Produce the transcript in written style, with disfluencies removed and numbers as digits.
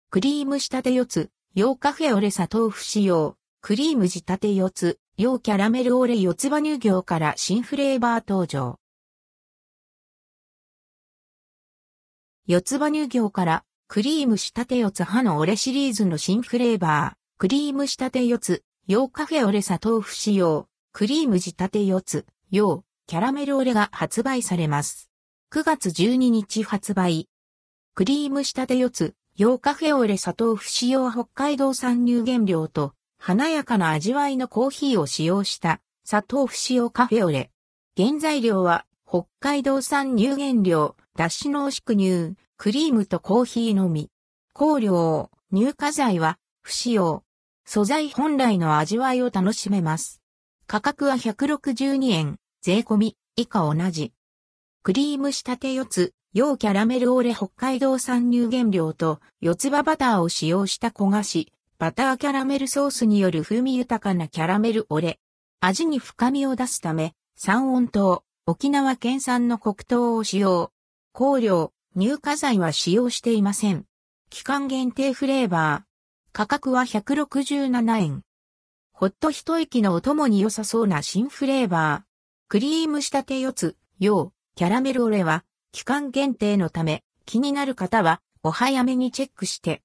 クリーム仕立て4つ、洋カフェオレ砂糖不使用、クリーム仕立て4つ、洋キャラメルオレ四つ葉乳業から新フレーバー登場。四つ葉乳業からクリーム仕立て4つ葉のオレシリーズの新フレーバー、クリーム仕立て4つ、洋カフェオレ砂糖不使用、クリーム仕立て4つ、洋キャラメルオレが発売されます。9月12日発売。クリーム仕立て4つ、洋カフェオレ砂糖不使用北海道産乳原料と華やかな味わいのコーヒーを使用した砂糖不使用カフェオレ。原材料は北海道産乳原料、脱脂濃縮乳、クリームとコーヒーのみ。香料、乳化剤は不使用。素材本来の味わいを楽しめます。価格は162円、税込み、以下同じ。クリーム仕立て4つ、洋キャラメルオレ北海道産乳原料と四つ葉バターを使用した焦がし、バターキャラメルソースによる風味豊かなキャラメルオレ。味に深みを出すため、三温糖、沖縄県産の黒糖を使用。香料、乳化剤は使用していません。期間限定フレーバー。価格は167円。ほっと一息のお供に良さそうな新フレーバー。クリーム仕立て4つ、洋、キャラメルオレは、期間限定のため、気になる方は、お早めにチェックして。